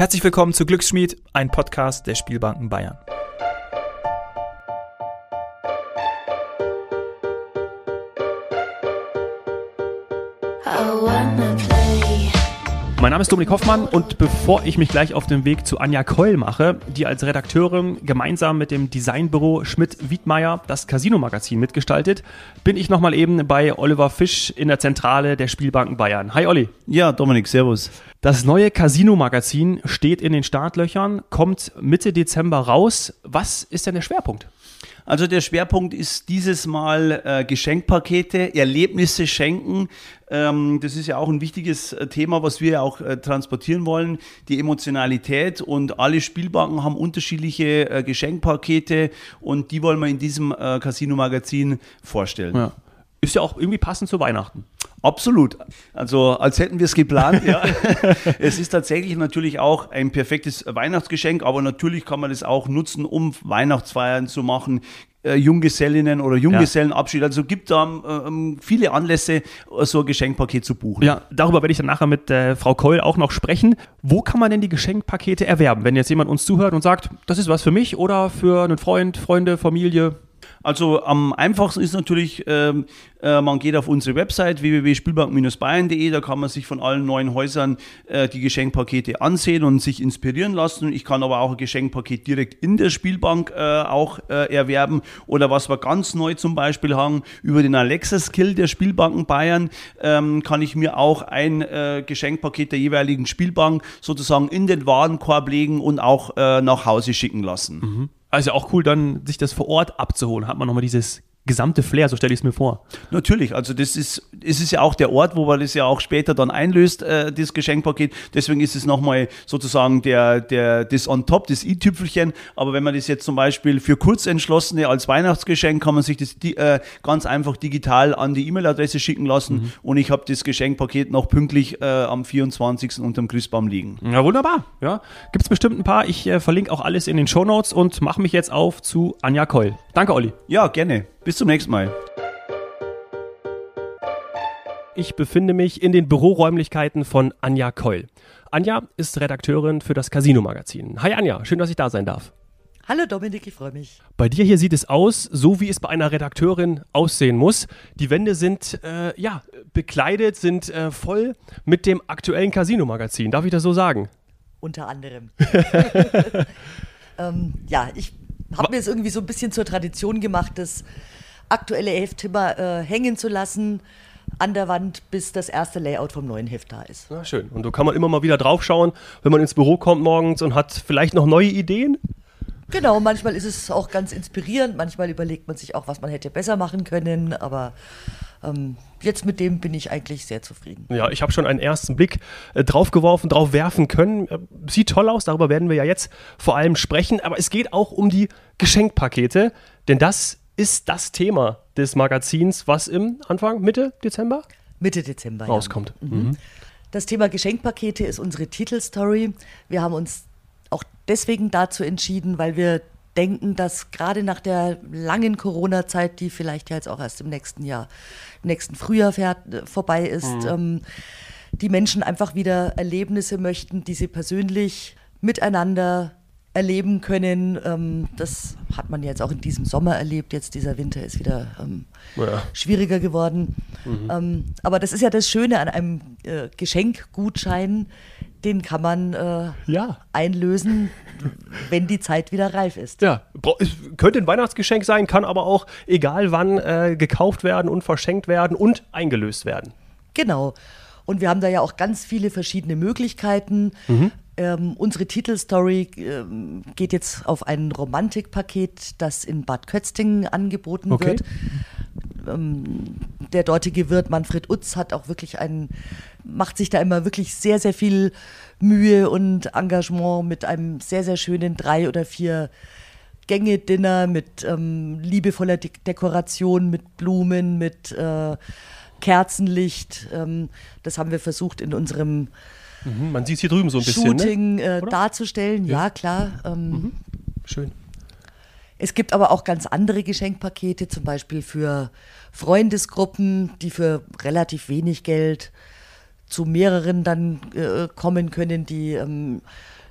Herzlich willkommen zu Glücksschmied, ein Podcast der Spielbanken Bayern. Mein Name ist Dominik Hoffmann und bevor ich mich gleich auf den Weg zu Anja Keul mache, die als Redakteurin gemeinsam mit dem Designbüro Schmidt-Wiedmeier das Casino-Magazin mitgestaltet, bin ich nochmal eben bei Oliver Fisch in der Zentrale der Spielbanken Bayern. Hi Olli. Ja, Dominik, servus. Das neue Casino-Magazin steht in den Startlöchern, kommt Mitte Dezember raus. Was ist denn der Schwerpunkt? Also der Schwerpunkt ist dieses Mal Geschenkpakete, Erlebnisse schenken. Das ist ja auch ein wichtiges Thema, was wir ja auch transportieren wollen, die Emotionalität, und alle Spielbanken haben unterschiedliche Geschenkpakete und die wollen wir in diesem Casino-Magazin vorstellen. Ja. Ist ja auch irgendwie passend zu Weihnachten. Absolut. Also als hätten wir es geplant. Ja. Es ist tatsächlich natürlich auch ein perfektes Weihnachtsgeschenk, aber natürlich kann man das auch nutzen, um Weihnachtsfeiern zu machen, Junggesellinnen oder Junggesellenabschied. Also gibt da viele Anlässe, so ein Geschenkpaket zu buchen. Ja, darüber werde ich dann nachher mit Frau Keul auch noch sprechen. Wo kann man denn die Geschenkpakete erwerben, wenn jetzt jemand uns zuhört und sagt, das ist was für mich oder für einen Freund, Freunde, Familie? Also am einfachsten ist natürlich, man geht auf unsere Website www.spielbanken-bayern.de, da kann man sich von allen neuen Häusern die Geschenkpakete ansehen und sich inspirieren lassen. Ich kann aber auch ein Geschenkpaket direkt in der Spielbank auch erwerben, oder was wir ganz neu zum Beispiel haben, über den Alexa-Skill der Spielbanken Bayern kann ich mir auch ein Geschenkpaket der jeweiligen Spielbank sozusagen in den Warenkorb legen und auch nach Hause schicken lassen. Mhm. Also auch cool, dann sich das vor Ort abzuholen. Hat man nochmal dieses gesamte Flair, so stelle ich es mir vor. Natürlich, also es ist ja auch der Ort, wo man das ja auch später dann einlöst, das Geschenkpaket. Deswegen ist es nochmal sozusagen das on top, das i-Tüpfelchen. Aber wenn man das jetzt zum Beispiel für Kurzentschlossene als Weihnachtsgeschenk, kann man sich das ganz einfach digital an die E-Mail-Adresse schicken lassen. Und ich habe das Geschenkpaket noch pünktlich am 24. unterm Christbaum liegen. Ja, wunderbar. Ja, gibt es bestimmt ein paar. Ich verlinke auch alles in den Shownotes und mache mich jetzt auf zu Anja Keul. Danke, Olli. Ja, gerne. Bis zum nächsten Mal. Ich befinde mich in den Büroräumlichkeiten von Anja Keul. Anja ist Redakteurin für das Casino-Magazin. Hi Anja, schön, dass ich da sein darf. Hallo Dominik, ich freue mich. Bei dir hier sieht es aus, so wie es bei einer Redakteurin aussehen muss. Die Wände sind bekleidet, sind voll mit dem aktuellen Casino-Magazin. Darf ich das so sagen? Unter anderem. Ich habe mir es irgendwie so ein bisschen zur Tradition gemacht, das aktuelle Heft immer hängen zu lassen an der Wand, bis das erste Layout vom neuen Heft da ist. Na schön. Und so kann man immer mal wieder drauf schauen, wenn man ins Büro kommt morgens und hat vielleicht noch neue Ideen? Genau, manchmal ist es auch ganz inspirierend, manchmal überlegt man sich auch, was man hätte besser machen können, aber jetzt mit dem bin ich eigentlich sehr zufrieden. Ja, ich habe schon einen ersten Blick drauf werfen können. Sieht toll aus, darüber werden wir ja jetzt vor allem sprechen, aber es geht auch um die Geschenkpakete, denn das ist das Thema des Magazins, was Mitte Dezember rauskommt. Ja. Mhm. Das Thema Geschenkpakete ist unsere Titelstory. Wir haben uns auch deswegen dazu entschieden, weil wir denken, dass gerade nach der langen Corona-Zeit, die vielleicht ja jetzt auch erst im nächsten Frühjahr vorbei ist, die Menschen einfach wieder Erlebnisse möchten, die sie persönlich miteinander erleben können. Das hat man jetzt auch in diesem Sommer erlebt. Jetzt dieser Winter ist wieder schwieriger geworden. Aber das ist ja das Schöne an einem Geschenkgutschein. Den kann man einlösen, wenn die Zeit wieder reif ist. Ja, es könnte ein Weihnachtsgeschenk sein, kann aber auch egal wann gekauft werden und verschenkt werden und eingelöst werden. Genau. Und wir haben da ja auch ganz viele verschiedene Möglichkeiten. Unsere Titelstory geht jetzt auf ein Romantikpaket, das in Bad Kötzting angeboten wird. Der dortige Wirt Manfred Utz hat auch wirklich macht sich da immer wirklich sehr, sehr viel Mühe und Engagement mit einem sehr, sehr schönen 3 oder 4 Gänge-Dinner mit liebevoller Dekoration, mit Blumen, mit Kerzenlicht. Das haben wir versucht in unserem Man sieht es hier drüben so ein Shooting bisschen, ne? Darzustellen. Ja, klar. Schön. Es gibt aber auch ganz andere Geschenkpakete, zum Beispiel für Freundesgruppen, die für relativ wenig Geld zu mehreren dann kommen können, die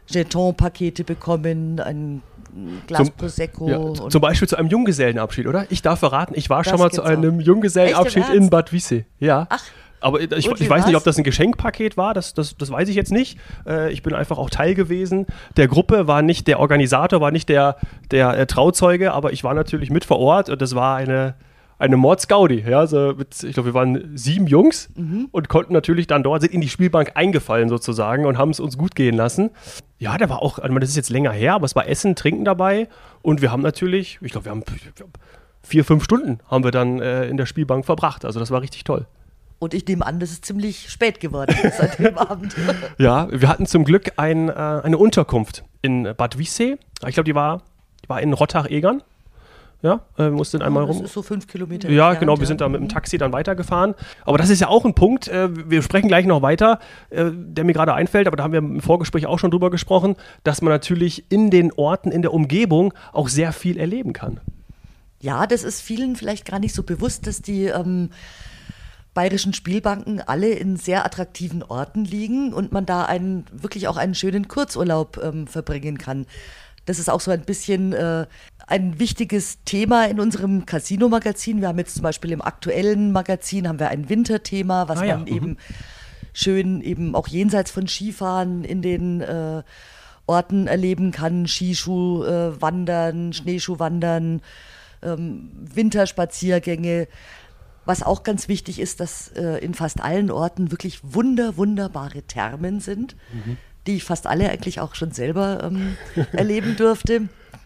Jeton-Pakete bekommen, ein Glas Prosecco. Ja, zum Beispiel zu einem Junggesellenabschied, oder? Ich darf verraten, ich war schon mal zu einem Junggesellenabschied in Bad Wiessee. Ja. Ach. Aber ich weiß nicht, ob das ein Geschenkpaket war, das weiß ich jetzt nicht. Ich bin einfach auch Teil gewesen der Gruppe, war nicht der Organisator, war nicht der Trauzeuge, aber ich war natürlich mit vor Ort und das war eine Mordsgaudi. Ja, also ich glaube, wir waren 7 Jungs und konnten natürlich dann dort, sind in die Spielbank eingefallen sozusagen und haben es uns gut gehen lassen. Ja, da war auch, also das ist jetzt länger her, aber es war Essen, Trinken dabei und wir haben natürlich, ich glaube, wir haben 4-5 Stunden haben wir dann in der Spielbank verbracht. Also das war richtig toll. Und ich nehme an, das ist ziemlich spät geworden seit dem Abend. Ja, wir hatten zum Glück eine Unterkunft in Bad Wiessee. Ich glaube, die war in Rottach-Egern. Ja, wir mussten einmal rum. Das ist so 5 Kilometer. Ja, genau, wir sind da mit dem Taxi dann weitergefahren. Aber das ist ja auch ein Punkt, wir sprechen gleich noch weiter, der mir gerade einfällt, aber da haben wir im Vorgespräch auch schon drüber gesprochen, dass man natürlich in den Orten, in der Umgebung auch sehr viel erleben kann. Ja, das ist vielen vielleicht gar nicht so bewusst, dass die bayerischen Spielbanken alle in sehr attraktiven Orten liegen und man da wirklich auch einen schönen Kurzurlaub verbringen kann. Das ist auch so ein bisschen ein wichtiges Thema in unserem Casino-Magazin. Wir haben jetzt zum Beispiel im aktuellen Magazin haben wir ein Winterthema, was man eben schön eben auch jenseits von Skifahren in den Orten erleben kann. Skischuhwandern, Schneeschuhwandern, Winterspaziergänge. Was auch ganz wichtig ist, dass in fast allen Orten wirklich wunderbare Thermen sind, die ich fast alle eigentlich auch schon selber erleben durfte.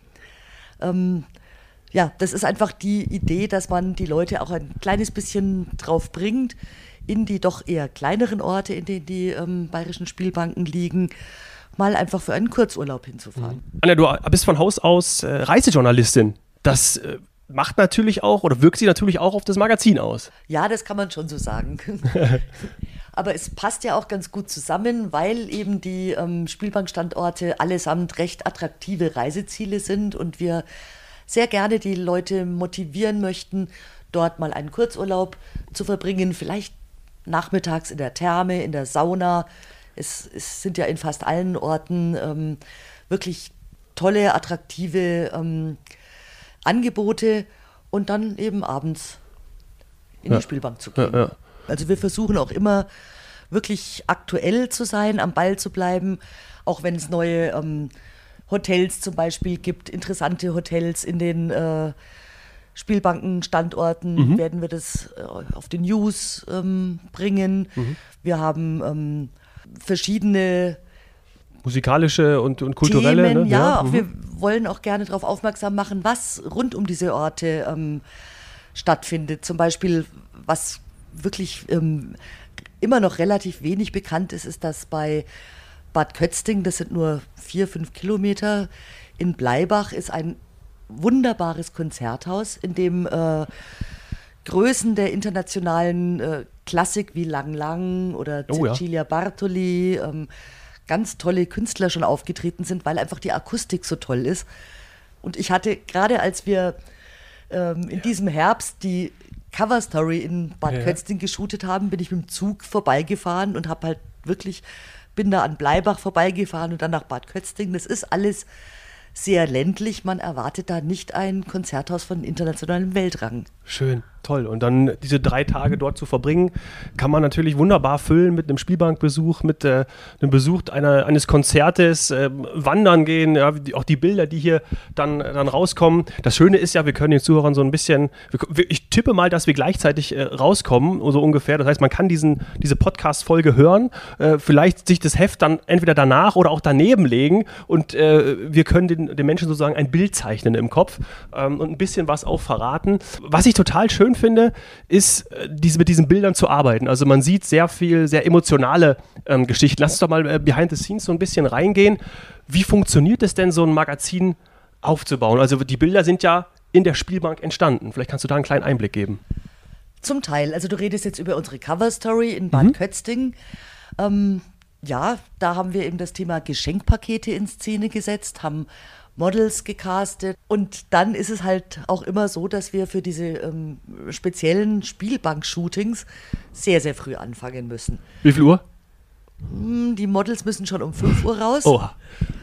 Ja, das ist einfach die Idee, dass man die Leute auch ein kleines bisschen drauf bringt, in die doch eher kleineren Orte, in denen die bayerischen Spielbanken liegen, mal einfach für einen Kurzurlaub hinzufahren. Anja, du bist von Haus aus Reisejournalistin. Das macht natürlich auch oder wirkt sich natürlich auch auf das Magazin aus. Ja, das kann man schon so sagen. Aber es passt ja auch ganz gut zusammen, weil eben die Spielbankstandorte allesamt recht attraktive Reiseziele sind und wir sehr gerne die Leute motivieren möchten, dort mal einen Kurzurlaub zu verbringen, vielleicht nachmittags in der Therme, in der Sauna. Es sind ja in fast allen Orten wirklich tolle, attraktive Angebote und dann eben abends in die Spielbank zu gehen. Ja. Also wir versuchen auch immer wirklich aktuell zu sein, am Ball zu bleiben, auch wenn es neue Hotels zum Beispiel gibt, interessante Hotels in den Spielbankenstandorten, werden wir das auf den News bringen. Wir haben verschiedene musikalische und kulturelle Themen, ne? Auch wir wollen auch gerne darauf aufmerksam machen, was rund um diese Orte stattfindet. Zum Beispiel, was wirklich immer noch relativ wenig bekannt ist, ist, dass bei Bad Kötzting, das sind nur 4-5 Kilometer, in Bleibach ist ein wunderbares Konzerthaus, in dem Größen der internationalen Klassik wie Lang Lang oder Cecilia Bartoli, ganz tolle Künstler schon aufgetreten sind, weil einfach die Akustik so toll ist. Und ich hatte, gerade als wir in diesem Herbst die Coverstory in Bad Kötzting geshootet haben, bin ich mit dem Zug vorbeigefahren und bin da an Bleibach vorbeigefahren und dann nach Bad Kötzting. Das ist alles sehr ländlich. Man erwartet da nicht ein Konzerthaus von internationalem Weltrang. Schön, toll. Und dann diese 3 Tage dort zu verbringen, kann man natürlich wunderbar füllen mit einem Spielbankbesuch, mit einem Besuch eines Konzertes, wandern gehen, ja, auch die Bilder, die hier dann rauskommen. Das Schöne ist ja, wir können den Zuhörern so ein bisschen, ich tippe mal, dass wir gleichzeitig rauskommen, so ungefähr. Das heißt, man kann diese Podcast-Folge hören, vielleicht sich das Heft dann entweder danach oder auch daneben legen und wir können den Menschen sozusagen ein Bild zeichnen im Kopf und ein bisschen was auch verraten. Was ich total schön finde, ist, mit diesen Bildern zu arbeiten. Also man sieht sehr viel, sehr emotionale Geschichten. Lass uns doch mal behind the scenes so ein bisschen reingehen. Wie funktioniert es denn, so ein Magazin aufzubauen? Also die Bilder sind ja in der Spielbank entstanden. Vielleicht kannst du da einen kleinen Einblick geben. Zum Teil. Also du redest jetzt über unsere Cover-Story in Bad Kötzting. Ja, da haben wir eben das Thema Geschenkpakete in Szene gesetzt, haben Models gecastet und dann ist es halt auch immer so, dass wir für diese speziellen Spielbank-Shootings sehr, sehr früh anfangen müssen. Wie viel Uhr? Die Models müssen schon um 5 Uhr raus. Oha.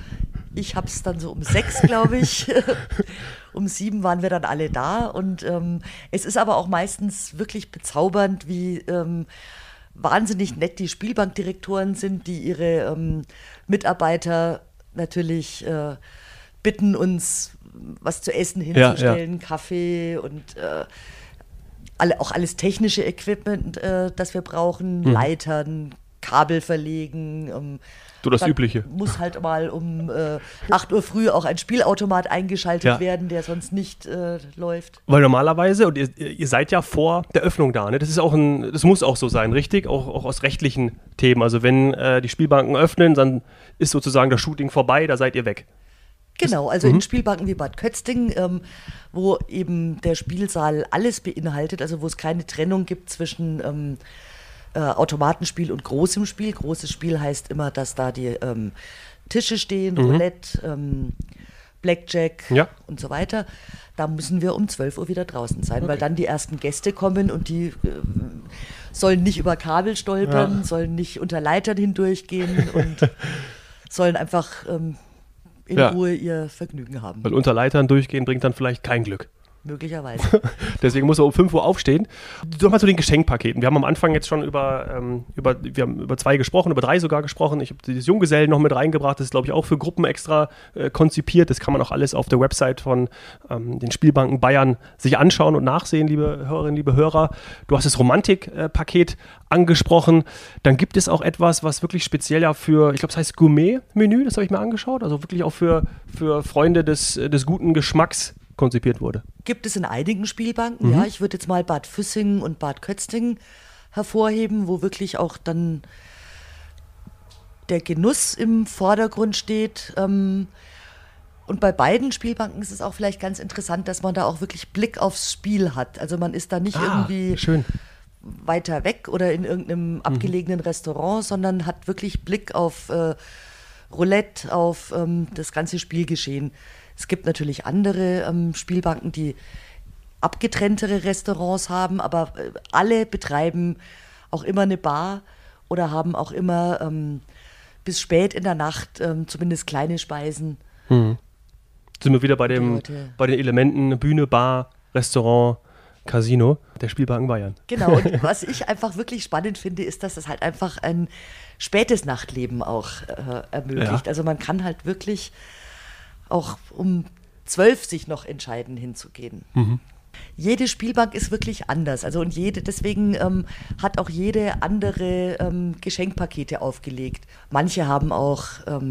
Ich habe es dann so um 6, glaube ich. Um 7 waren wir dann alle da. Und es ist aber auch meistens wirklich bezaubernd, wie wahnsinnig nett die Spielbankdirektoren sind, die ihre Mitarbeiter natürlich bitten, uns was zu essen hinzustellen, Kaffee und auch alles technische Equipment, das wir brauchen, Leitern, Kabel verlegen. So das Übliche. Muss halt mal um 8 Uhr früh auch ein Spielautomat eingeschaltet werden, der sonst nicht läuft. Weil normalerweise, und ihr seid ja vor der Öffnung da, ne? Das muss auch so sein, richtig? Auch aus rechtlichen Themen. Also wenn die Spielbanken öffnen, dann ist sozusagen das Shooting vorbei, da seid ihr weg. Genau, also in Spielbanken wie Bad Kötzting, wo eben der Spielsaal alles beinhaltet, also wo es keine Trennung gibt zwischen Automatenspiel und großem Spiel. Großes Spiel heißt immer, dass da die Tische stehen, Roulette, Blackjack und so weiter. Da müssen wir um 12 Uhr wieder draußen sein, weil dann die ersten Gäste kommen und die sollen nicht über Kabel stolpern, sollen nicht unter Leitern hindurchgehen und sollen einfach in Ruhe ihr Vergnügen haben. Weil unter Leitern durchgehen bringt dann vielleicht kein Glück. Möglicherweise. Deswegen muss er um 5 Uhr aufstehen. Nochmal zu den Geschenkpaketen. Wir haben am Anfang jetzt schon wir haben über 2 gesprochen, über 3 sogar gesprochen. Ich habe das Junggesellen noch mit reingebracht. Das ist, glaube ich, auch für Gruppen extra konzipiert. Das kann man auch alles auf der Website von den Spielbanken Bayern sich anschauen und nachsehen, liebe Hörerinnen, liebe Hörer. Du hast das Romantik-Paket angesprochen. Dann gibt es auch etwas, was wirklich speziell ja für, ich glaube, es heißt Gourmet-Menü, das habe ich mir angeschaut. Also wirklich auch für Freunde des guten Geschmacks konzipiert wurde. Gibt es in einigen Spielbanken, ja. Ich würde jetzt mal Bad Füssing und Bad Kötzting hervorheben, wo wirklich auch dann der Genuss im Vordergrund steht. Und bei beiden Spielbanken ist es auch vielleicht ganz interessant, dass man da auch wirklich Blick aufs Spiel hat. Also man ist da nicht irgendwie weiter weg oder in irgendeinem abgelegenen Restaurant, sondern hat wirklich Blick auf Roulette, auf das ganze Spielgeschehen. Es gibt natürlich andere Spielbanken, die abgetrenntere Restaurants haben, aber alle betreiben auch immer eine Bar oder haben auch immer bis spät in der Nacht zumindest kleine Speisen. Sind wir wieder bei den Elementen Bühne, Bar, Restaurant, Casino der Spielbanken Bayern. Genau, und was ich einfach wirklich spannend finde, ist, dass es halt einfach ein spätes Nachtleben auch ermöglicht. Ja. Also man kann halt wirklich auch um 12 sich noch entscheiden, hinzugehen. Jede Spielbank ist wirklich anders. Also und deswegen hat auch jede andere Geschenkpakete aufgelegt. Manche haben auch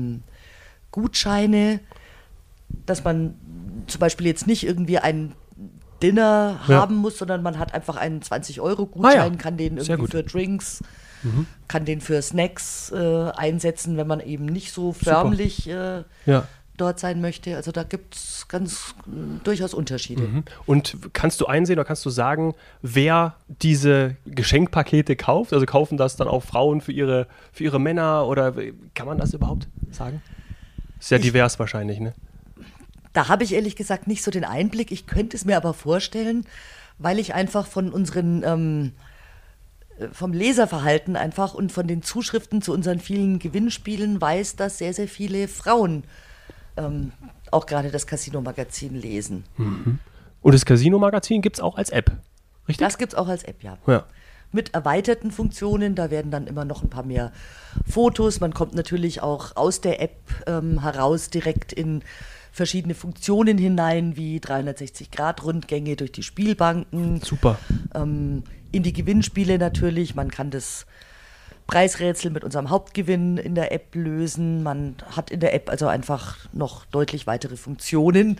Gutscheine, dass man zum Beispiel jetzt nicht irgendwie ein Dinner haben muss, sondern man hat einfach einen 20-Euro-Gutschein, kann den irgendwie für Drinks, kann den für Snacks einsetzen, wenn man eben nicht so förmlich dort sein möchte. Also da gibt es ganz durchaus Unterschiede. Und kannst du einsehen oder kannst du sagen, wer diese Geschenkpakete kauft? Also kaufen das dann auch Frauen für ihre Männer oder kann man das überhaupt sagen? Ist ja divers wahrscheinlich, ne? Da habe ich ehrlich gesagt nicht so den Einblick. Ich könnte es mir aber vorstellen, weil ich einfach von unseren vom Leserverhalten einfach und von den Zuschriften zu unseren vielen Gewinnspielen weiß, dass sehr, sehr viele Frauen auch gerade das Casino-Magazin lesen. Und das Casino-Magazin gibt es auch als App, richtig? Das gibt es auch als App, ja. Mit erweiterten Funktionen, da werden dann immer noch ein paar mehr Fotos. Man kommt natürlich auch aus der App heraus direkt in verschiedene Funktionen hinein, wie 360-Grad-Rundgänge durch die Spielbanken. Super. In die Gewinnspiele natürlich. Man kann das Preisrätsel mit unserem Hauptgewinn in der App lösen. Man hat in der App also einfach noch deutlich weitere Funktionen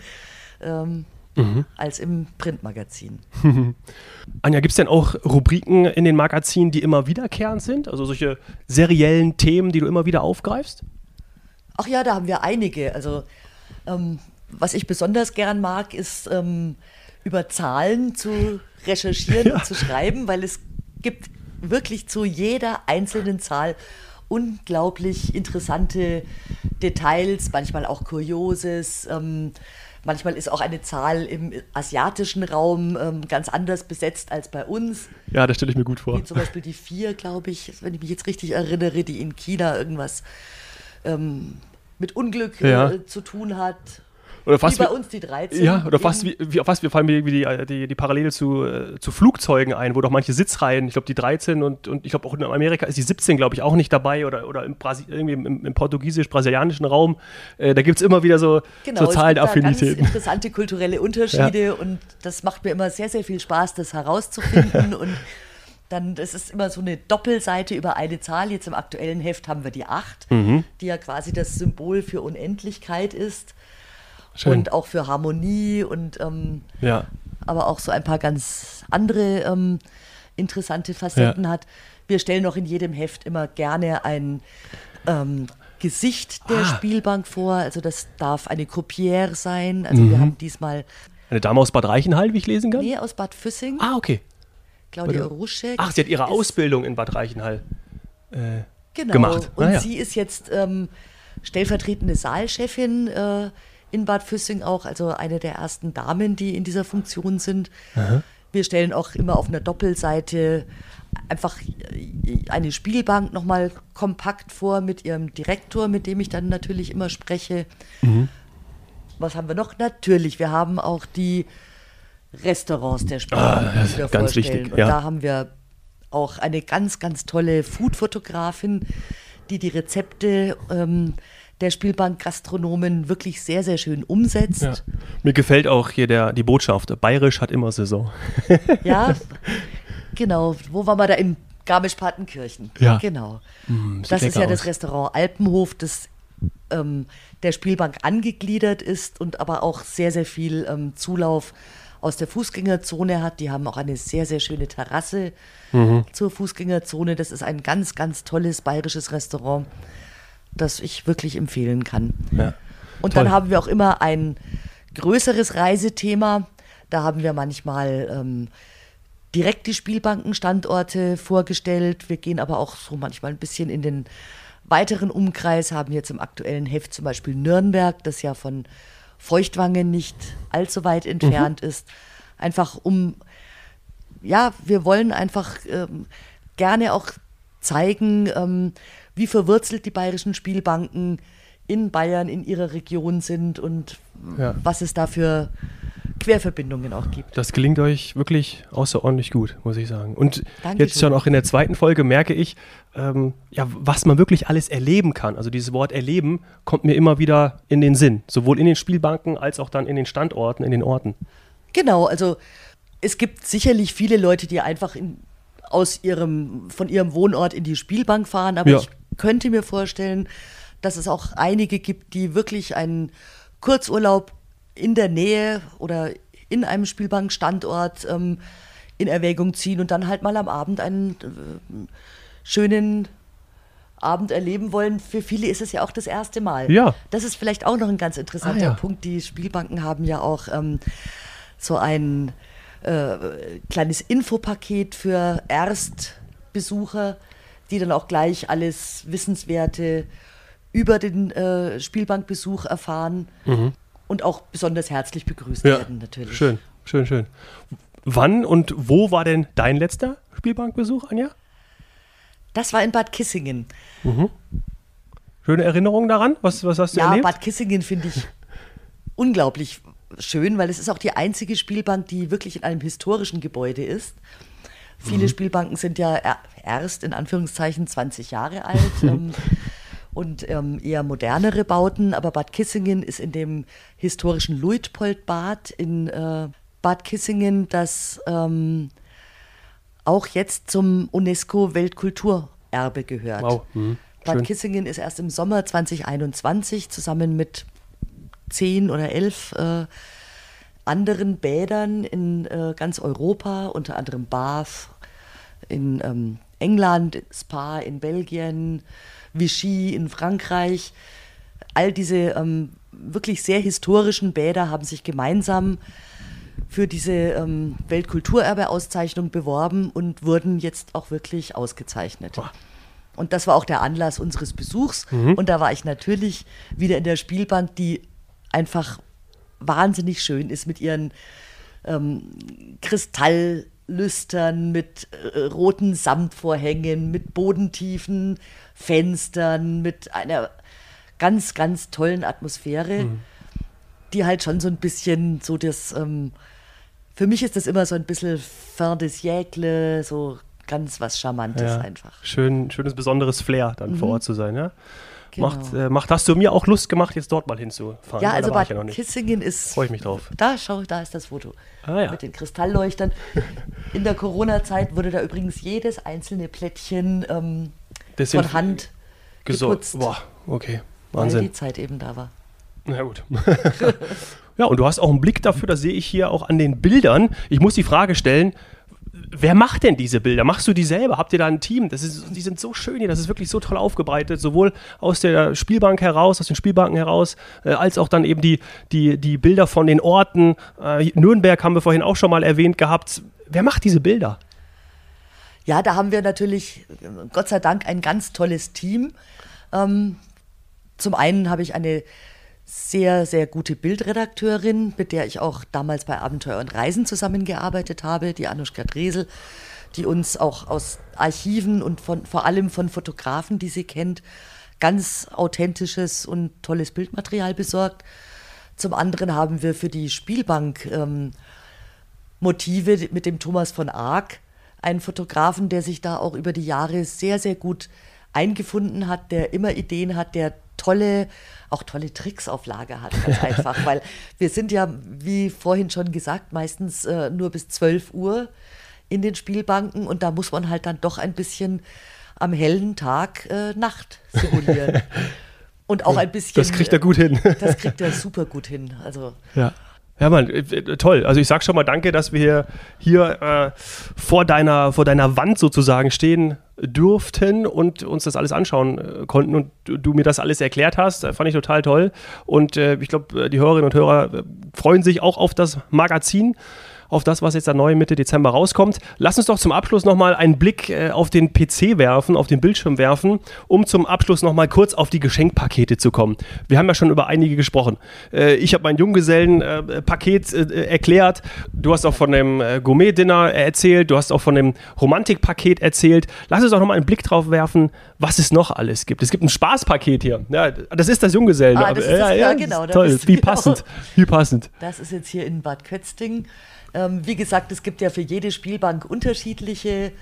als im Printmagazin. Anja, gibt es denn auch Rubriken in den Magazinen, die immer wiederkehrend sind? Also solche seriellen Themen, die du immer wieder aufgreifst? Ach ja, da haben wir einige. Also was ich besonders gern mag, ist über Zahlen zu recherchieren und zu schreiben, weil es gibt wirklich zu jeder einzelnen Zahl unglaublich interessante Details, manchmal auch Kurioses. Manchmal ist auch eine Zahl im asiatischen Raum ganz anders besetzt als bei uns. Ja, das stelle ich mir gut vor. Wie zum Beispiel die 4, glaube ich, wenn ich mich jetzt richtig erinnere, die in China irgendwas mit Unglück zu tun hat. Oder fast wie bei uns die 13. Ja, oder fast wir fallen mir die Parallele zu Flugzeugen ein, wo doch manche Sitzreihen, ich glaube die 13 und ich glaube auch in Amerika ist die 17, glaube ich, auch nicht dabei oder irgendwie im portugiesisch-brasilianischen Raum. Da gibt es immer wieder so Zahlenaffinitäten. Ganz interessante kulturelle Unterschiede und das macht mir immer sehr, sehr viel Spaß, das herauszufinden und dann, das ist immer so eine Doppelseite über eine Zahl. Jetzt im aktuellen Heft haben wir die 8, die ja quasi das Symbol für Unendlichkeit ist. Schön. Und auch für Harmonie und aber auch so ein paar ganz andere interessante Facetten hat. Wir stellen auch in jedem Heft immer gerne ein Gesicht der Spielbank vor. Also das darf eine Croupière sein. Also wir haben diesmal... Eine Dame aus Bad Reichenhall, wie ich lesen kann? Nee, aus Bad Füssing. Ah, okay. Claudia Ruschek. Ach, sie hat ihre Ausbildung in Bad Reichenhall genau. gemacht. Und sie ist jetzt stellvertretende Saalchefin in Bad Füssing auch, also eine der ersten Damen, die in dieser Funktion sind. Aha. Wir stellen auch immer auf einer Doppelseite einfach eine Spielbank nochmal kompakt vor mit ihrem Direktor, mit dem ich dann natürlich immer spreche. Was haben wir noch? Natürlich, wir haben auch die Restaurants der Spielbank, die wir ganz vorstellen. wichtig, und da haben wir auch eine ganz, ganz tolle Food-Fotografin, die Rezepte der Spielbank-Gastronomen wirklich sehr, sehr schön umsetzt. Ja. Mir gefällt auch hier die Botschaft, Bayerisch hat immer Saison. Ja, genau. Wo waren wir da? In Garmisch-Partenkirchen. Ja. Genau. Das ist ja das Restaurant Alpenhof, das der Spielbank angegliedert ist und aber auch sehr, sehr viel Zulauf aus der Fußgängerzone hat. Die haben auch eine sehr, sehr schöne Terrasse zur Fußgängerzone. Das ist ein ganz, ganz tolles bayerisches Restaurant, das ich wirklich empfehlen kann. Ja, und dann haben wir auch immer ein größeres Reisethema. Da haben wir manchmal direkt die Spielbankenstandorte vorgestellt. Wir gehen aber auch so manchmal ein bisschen in den weiteren Umkreis, haben jetzt im aktuellen Heft zum Beispiel Nürnberg, das ja von Feuchtwangen nicht allzu weit entfernt ist. Einfach wir wollen einfach gerne auch zeigen, wie verwurzelt die bayerischen Spielbanken in Bayern, in ihrer Region sind und was es da für Querverbindungen auch gibt. Das gelingt euch wirklich außerordentlich gut, muss ich sagen. Und Dankeschön. Jetzt schon auch in der zweiten Folge merke ich, was man wirklich alles erleben kann. Also dieses Wort erleben kommt mir immer wieder in den Sinn, sowohl in den Spielbanken als auch dann in den Standorten, in den Orten. Genau, also es gibt sicherlich viele Leute, die einfach von ihrem Wohnort in die Spielbank fahren, aber ich könnte mir vorstellen, dass es auch einige gibt, die wirklich einen Kurzurlaub in der Nähe oder in einem Spielbankstandort in Erwägung ziehen und dann halt mal am Abend einen schönen Abend erleben wollen. Für viele ist es ja auch das erste Mal. Ja. Das ist vielleicht auch noch ein ganz interessanter Punkt. Die Spielbanken haben ja auch so ein kleines Infopaket für Erstbesucher, die dann auch gleich alles Wissenswerte über den Spielbankbesuch erfahren. Und auch besonders herzlich begrüßt werden, natürlich. Schön. Wann und wo war denn dein letzter Spielbankbesuch, Anja? Das war in Bad Kissingen. Schöne Erinnerungen daran? Was hast du erlebt? Ja, Bad Kissingen finde ich unglaublich schön, weil es ist auch die einzige Spielbank, die wirklich in einem historischen Gebäude ist. Viele Spielbanken sind ja erst in Anführungszeichen 20 Jahre alt. Und eher modernere Bauten, aber Bad Kissingen ist in dem historischen Luitpoldbad in Bad Kissingen, das auch jetzt zum UNESCO-Weltkulturerbe gehört. Wow. Bad Kissingen ist erst im Sommer 2021 zusammen mit 10 oder 11 anderen Bädern in ganz Europa, unter anderem Bath in England, Spa in Belgien, Vichy in Frankreich. All diese wirklich sehr historischen Bäder haben sich gemeinsam für diese Weltkulturerbe-Auszeichnung beworben und wurden jetzt auch wirklich ausgezeichnet. Boah. Und das war auch der Anlass unseres Besuchs. Und da war ich natürlich wieder in der Spielbank, die einfach wahnsinnig schön ist mit ihren Kristalllüstern, mit roten Samtvorhängen, mit bodentiefen Fenstern, mit einer ganz, ganz tollen Atmosphäre, die halt schon so ein bisschen so das, für mich ist das immer so ein bisschen fin de siècle, so ganz was Charmantes einfach. Schönes, besonderes Flair dann vor Ort zu sein, ja? Genau. Hast du mir auch Lust gemacht, jetzt dort mal hinzufahren? Ja, also Bad Kissingen ist... Freue ich mich drauf. Da ist das Foto. Mit den Kristallleuchtern. In der Corona-Zeit wurde da übrigens jedes einzelne Plättchen von Hand geputzt. Boah, okay. Wahnsinn. Weil die Zeit eben da war. Na gut. Ja, und du hast auch einen Blick dafür, das sehe ich hier auch an den Bildern. Ich muss die Frage stellen, wer macht denn diese Bilder? Machst du die selber? Habt ihr da ein Team? Die sind so schön hier, das ist wirklich so toll aufgebreitet, sowohl aus der Spielbank heraus, aus den Spielbanken heraus, als auch dann eben die Bilder von den Orten. Nürnberg haben wir vorhin auch schon mal erwähnt gehabt. Wer macht diese Bilder? Ja, da haben wir natürlich, Gott sei Dank, ein ganz tolles Team. Zum einen habe ich eine sehr, sehr gute Bildredakteurin, mit der ich auch damals bei Abenteuer und Reisen zusammengearbeitet habe, die Anuschka Dresel, die uns auch aus Archiven und vor allem von Fotografen, die sie kennt, ganz authentisches und tolles Bildmaterial besorgt. Zum anderen haben wir für die Spielbank Motive mit dem Thomas von Arc, einen Fotografen, der sich da auch über die Jahre sehr, sehr gut eingefunden hat, der immer Ideen hat, der tolle Tricks auf Lager hat, ganz einfach, weil wir sind ja, wie vorhin schon gesagt, meistens nur bis 12 Uhr in den Spielbanken und da muss man halt dann doch ein bisschen am hellen Tag Nacht simulieren. Und auch ein bisschen... Das kriegt er gut hin. Das kriegt er super gut hin. Also... Ja, Mann, toll. Also ich sag schon mal danke, dass wir hier vor deiner Wand sozusagen stehen durften und uns das alles anschauen konnten und du mir das alles erklärt hast. Fand ich total toll. Und ich glaube, die Hörerinnen und Hörer freuen sich auch auf das Magazin, auf das, was jetzt dann neu Mitte Dezember rauskommt. Lass uns doch zum Abschluss nochmal einen Blick auf den PC werfen, auf den Bildschirm werfen, um zum Abschluss nochmal kurz auf die Geschenkpakete zu kommen. Wir haben ja schon über einige gesprochen. Ich habe mein Junggesellenpaket erklärt. Du hast auch von dem Gourmet-Dinner erzählt. Du hast auch von dem Romantikpaket erzählt. Lass uns doch nochmal einen Blick drauf werfen, was es noch alles gibt. Es gibt ein Spaßpaket hier. Ja, das ist das Junggesellen. Das ist das, genau. Toll, wie passend. Wie passend. Das ist jetzt hier in Bad Kötzting. Wie gesagt, es gibt ja für jede Spielbank unterschiedliche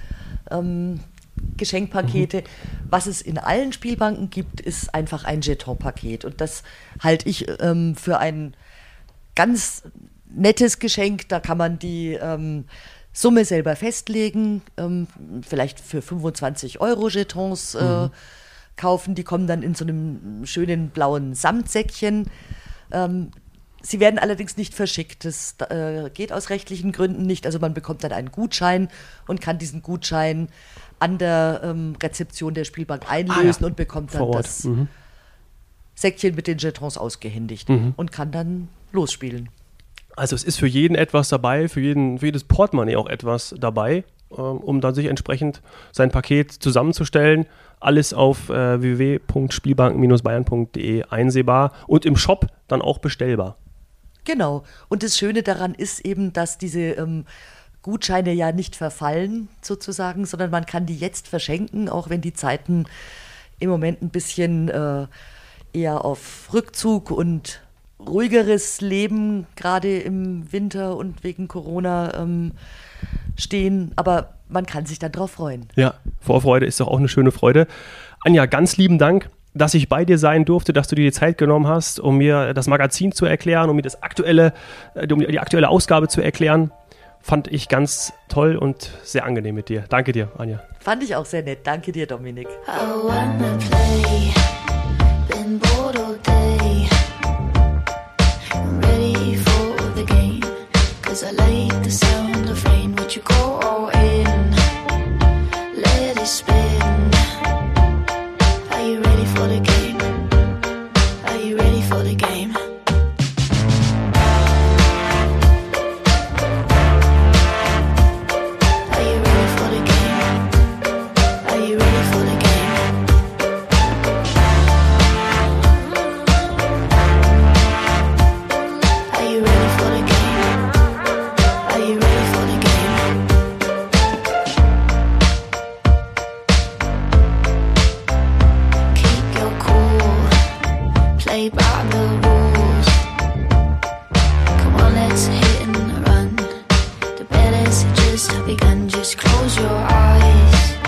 Geschenkpakete. Was es in allen Spielbanken gibt, ist einfach ein Jeton-Paket. Und das halte ich für ein ganz nettes Geschenk. Da kann man die Summe selber festlegen, vielleicht für 25 € Jetons kaufen. Die kommen dann in so einem schönen blauen Samtsäckchen. Sie werden allerdings nicht verschickt. Das geht aus rechtlichen Gründen nicht. Also man bekommt dann einen Gutschein und kann diesen Gutschein an der Rezeption der Spielbank einlösen und bekommt dann das Säckchen mit den Jetons ausgehändigt und kann dann losspielen. Also es ist für jeden etwas dabei, für jedes Portemonnaie auch etwas dabei, um dann sich entsprechend sein Paket zusammenzustellen. Alles auf www.spielbanken-bayern.de einsehbar und im Shop dann auch bestellbar. Genau. Und das Schöne daran ist eben, dass diese Gutscheine ja nicht verfallen sozusagen, sondern man kann die jetzt verschenken, auch wenn die Zeiten im Moment ein bisschen eher auf Rückzug und ruhigeres Leben, gerade im Winter und wegen Corona stehen. Aber man kann sich dann drauf freuen. Ja, Vorfreude ist doch auch eine schöne Freude. Anja, ganz lieben Dank, dass ich bei dir sein durfte, dass du dir die Zeit genommen hast, um mir das Magazin zu erklären, um mir die aktuelle Ausgabe zu erklären. Fand ich ganz toll und sehr angenehm mit dir. Danke dir, Anja. Fand ich auch sehr nett. Danke dir, Dominik. I wanna play, been bored all day, ready for the game, 'cause I like the sound of rain, what you go all in, let it spin. Are you ready for the game? Are you ready for the game? Are you ready for the game? Are you ready for the game? Are you ready for the game? Are you ready for the game? Keep your cool, the rules. Come on, let's hit and run. The bed has just begun. Just close your eyes.